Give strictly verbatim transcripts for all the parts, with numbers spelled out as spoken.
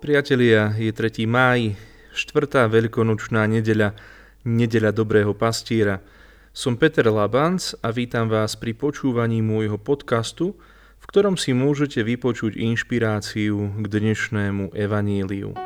Priatelia, je tretí máj, štvrtá veľkonočná nedeľa, nedeľa dobrého pastiera. Som Peter Labanc a vítam vás pri počúvaní môjho podcastu, v ktorom si môžete vypočuť inšpiráciu k dnešnému evaníliu.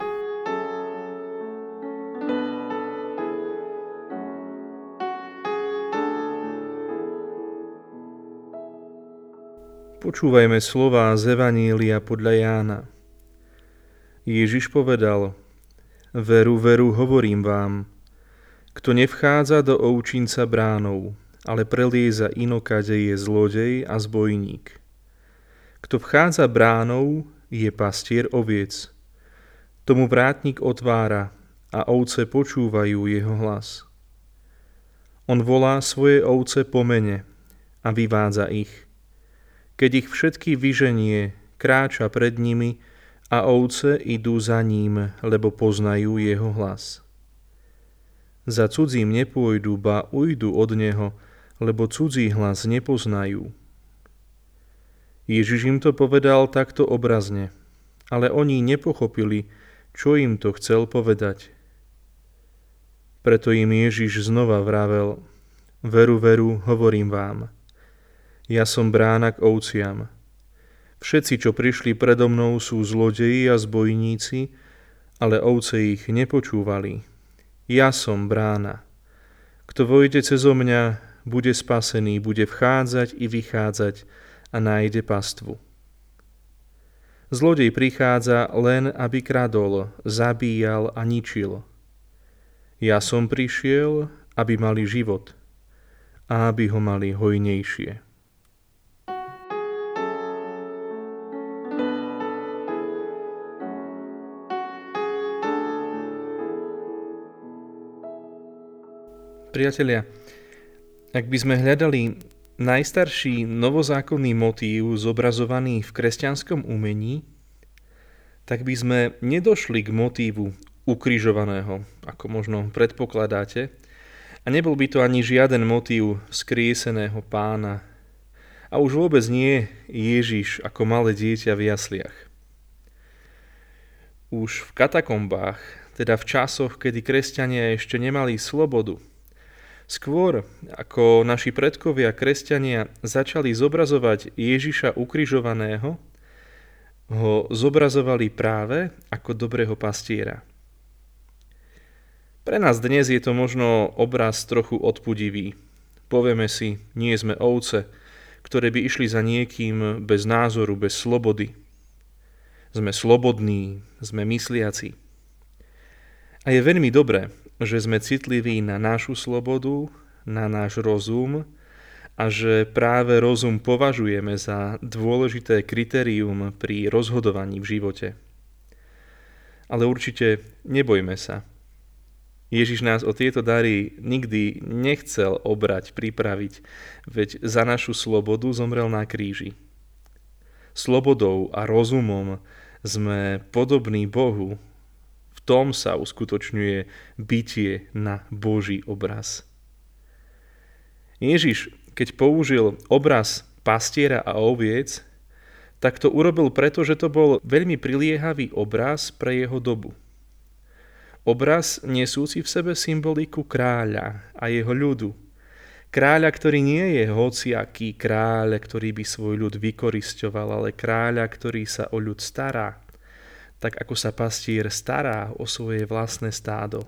Počúvajme slová z evanília podľa Jána. Ježiš povedal: Veru, veru, hovorím vám, kto nevchádza do ovčinca bránou, ale prelieza inokade, je zlodej a zbojník. Kto vchádza bránou, je pastier oviec. Tomu vrátnik otvára a ovce počúvajú jeho hlas. On volá svoje ovce po mene a vyvádza ich. Keď ich všetky vyženie, kráča pred nimi a ovce idú za ním, lebo poznajú jeho hlas. Za cudzím nepôjdu, ba ujdu od neho, lebo cudzí hlas nepoznajú. Ježiš im to povedal takto obrazne, ale oni nepochopili, čo im to chcel povedať. Preto im Ježiš znova vravel: Veru, veru, hovorím vám, ja som brána k ovciam. Všetci, čo prišli predo mnou, sú zlodeji a zbojníci, ale ovce ich nepočúvali. Ja som brána. Kto vojde cezo mňa, bude spasený, bude vchádzať i vychádzať a nájde pastvu. Zlodej prichádza len, aby kradol, zabíjal a ničil. Ja som prišiel, aby mali život a aby ho mali hojnejšie. Priatelia, ak by sme hľadali najstarší novozákonný motív zobrazovaný v kresťanskom umení, tak by sme nedošli k motívu ukrižovaného, ako možno predpokladáte, a nebol by to ani žiaden motív skrieseného Pána, a už vôbec nie Ježiš ako malé dieťa v jasliach. Už v katakombách, teda v časoch, kedy kresťania ešte nemali slobodu, skôr ako naši predkovia kresťania začali zobrazovať Ježiša ukrižovaného, ho zobrazovali práve ako dobrého pastiera. Pre nás dnes je to možno obraz trochu odpudivý. Povieme si, nie sme ovce, ktoré by išli za niekým bez názoru, bez slobody. Sme slobodní, sme mysliaci. A je veľmi dobré, že sme citliví na našu slobodu, na náš rozum a že práve rozum považujeme za dôležité kritérium pri rozhodovaní v živote. Ale určite nebojme sa. Ježiš nás o tieto dary nikdy nechcel obrať, pripraviť, veď za našu slobodu zomrel na kríži. Slobodou a rozumom sme podobní Bohu. V tom sa uskutočňuje bytie na Boží obraz. Ježiš, keď použil obraz pastiera a oviec, tak to urobil preto, že to bol veľmi priliehavý obraz pre jeho dobu. Obraz nesúci v sebe symboliku kráľa a jeho ľudu. Kráľa, ktorý nie je hociaký kráľ, ktorý by svoj ľud vykorisťoval, ale kráľa, ktorý sa o ľud stará, tak ako sa pastier stará o svoje vlastné stádo.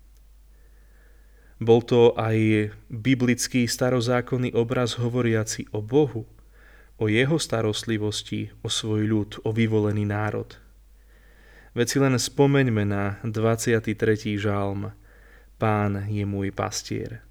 Bol to aj biblický starozákonný obraz hovoriaci o Bohu, o jeho starostlivosti, o svoj ľud, o vyvolený národ. Veď si len spomeňme na dvadsiaty tretí žalm: Pán je môj pastier.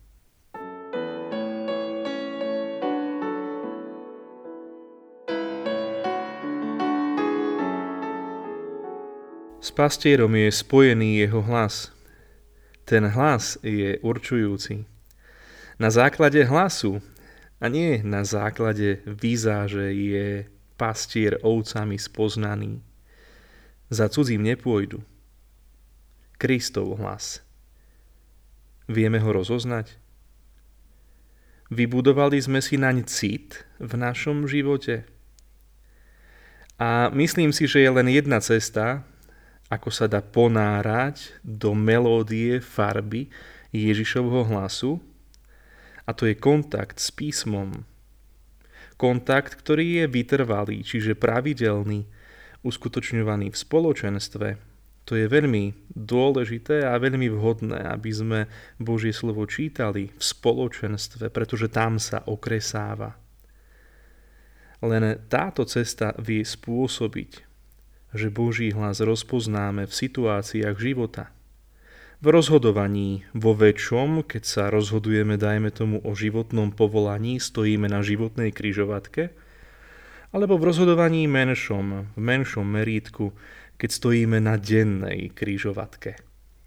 S pastierom je spojený jeho hlas. Ten hlas je určujúci. Na základe hlasu a nie na základe vizáže je pastier ovcami spoznaný. Za cudzím nepôjdu. Kristov hlas. Vieme ho rozoznať? Vybudovali sme si naň cit v našom živote? A myslím si, že je len jedna cesta, ako sa dá ponárať do melódie farby Ježišovho hlasu, a to je kontakt s písmom. Kontakt, ktorý je vytrvalý, čiže pravidelný, uskutočňovaný v spoločenstve. To je veľmi dôležité a veľmi vhodné, aby sme Božie slovo čítali v spoločenstve, pretože tam sa okresáva. Len táto cesta vie spôsobiť, že Boží hlas rozpoznáme v situáciách života. V rozhodovaní vo väčšom, keď sa rozhodujeme, dajme tomu, o životnom povolaní, stojíme na životnej križovatke, alebo v rozhodovaní menšom, v menšom merítku, keď stojíme na dennej križovatke.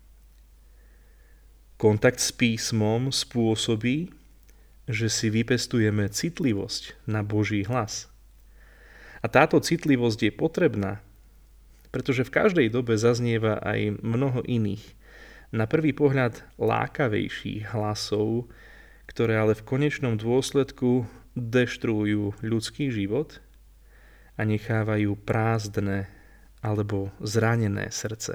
Kontakt s písmom spôsobí, že si vypestujeme citlivosť na Boží hlas. A táto citlivosť je potrebná, pretože v každej dobe zaznieva aj mnoho iných, na prvý pohľad lákavejších hlasov, ktoré ale v konečnom dôsledku deštruujú ľudský život a nechávajú prázdne alebo zranené srdce.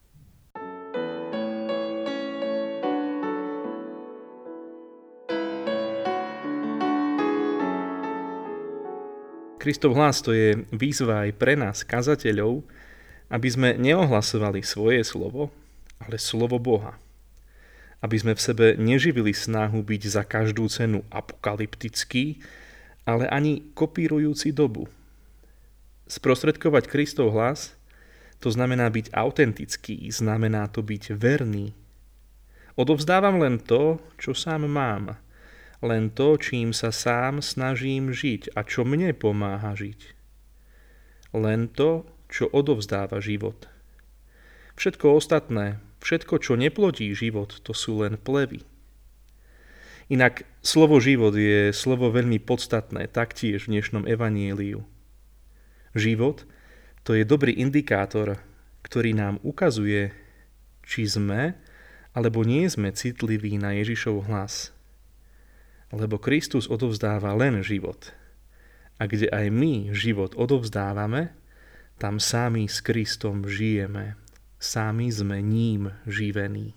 Kristov hlas to je výzva aj pre nás, kazateľov, aby sme neohlasovali svoje slovo, ale slovo Boha. Aby sme v sebe neživili snahu byť za každú cenu apokalyptický, ale ani kopírujúci dobu. Sprostredkovať Kristov hlas, to znamená byť autentický, znamená to byť verný. Odovzdávam len to, čo sám mám, len to, čím sa sám snažím žiť a čo mne pomáha žiť. Len to, čo odovzdáva život. Všetko ostatné, všetko, čo neplodí život, to sú len plevy. Inak slovo život je slovo veľmi podstatné taktiež v dnešnom evanjeliu. Život to je dobrý indikátor, ktorý nám ukazuje, či sme alebo nie sme citliví na Ježišov hlas. Lebo Kristus odovzdáva len život. A kde aj my život odovzdávame, tam sami s Kristom žijeme. Sami sme ním živení.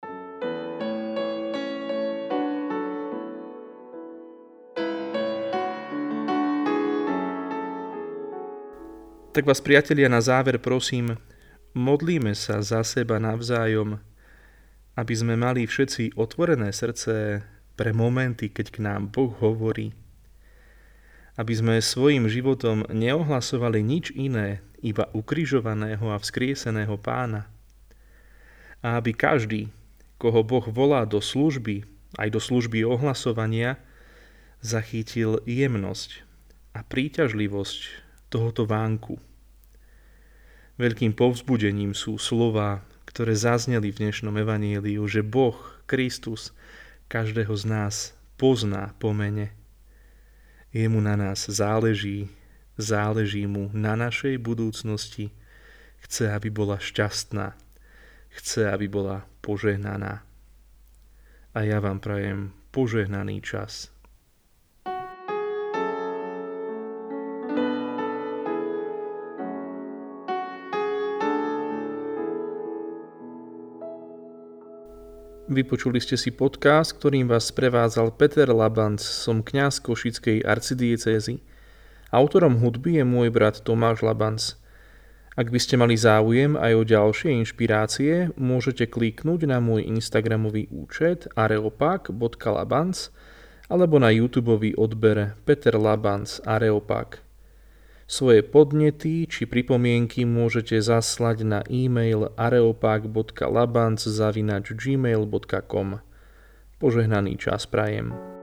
Tak vás, priatelia, na záver prosím, modlíme sa za seba navzájom, aby sme mali všetci otvorené srdce pre momenty, keď k nám Boh hovorí. Aby sme svojim životom neohlasovali nič iné, iba ukrižovaného a vzkrieseného Pána. A aby každý, koho Boh volá do služby, aj do služby ohlasovania, zachytil jemnosť a príťažlivosť tohoto vánku. Veľkým povzbudením sú slová, ktoré zazneli v dnešnom evanjeliu, že Boh, Kristus, každého z nás pozná po mene. Jemu na nás záleží, záleží mu na našej budúcnosti, chce, aby bola šťastná, chce, aby bola požehnaná. A ja vám prajem požehnaný čas. Vypočuli ste si podcast, ktorým vás sprevádzal Peter Labanc, som kňaz Košickej arcidiecézy. Autorom hudby je môj brat Tomáš Labanc. Ak by ste mali záujem aj o ďalšie inšpirácie, môžete kliknúť na môj instagramový účet areopak bodka labanc alebo na YouTubeový odber Peter Labanc Areopak. Svoje podnety či pripomienky môžete zaslať na e-mail areopak bodka labanc zavináč gmail bodka com. Požehnaný čas prajem.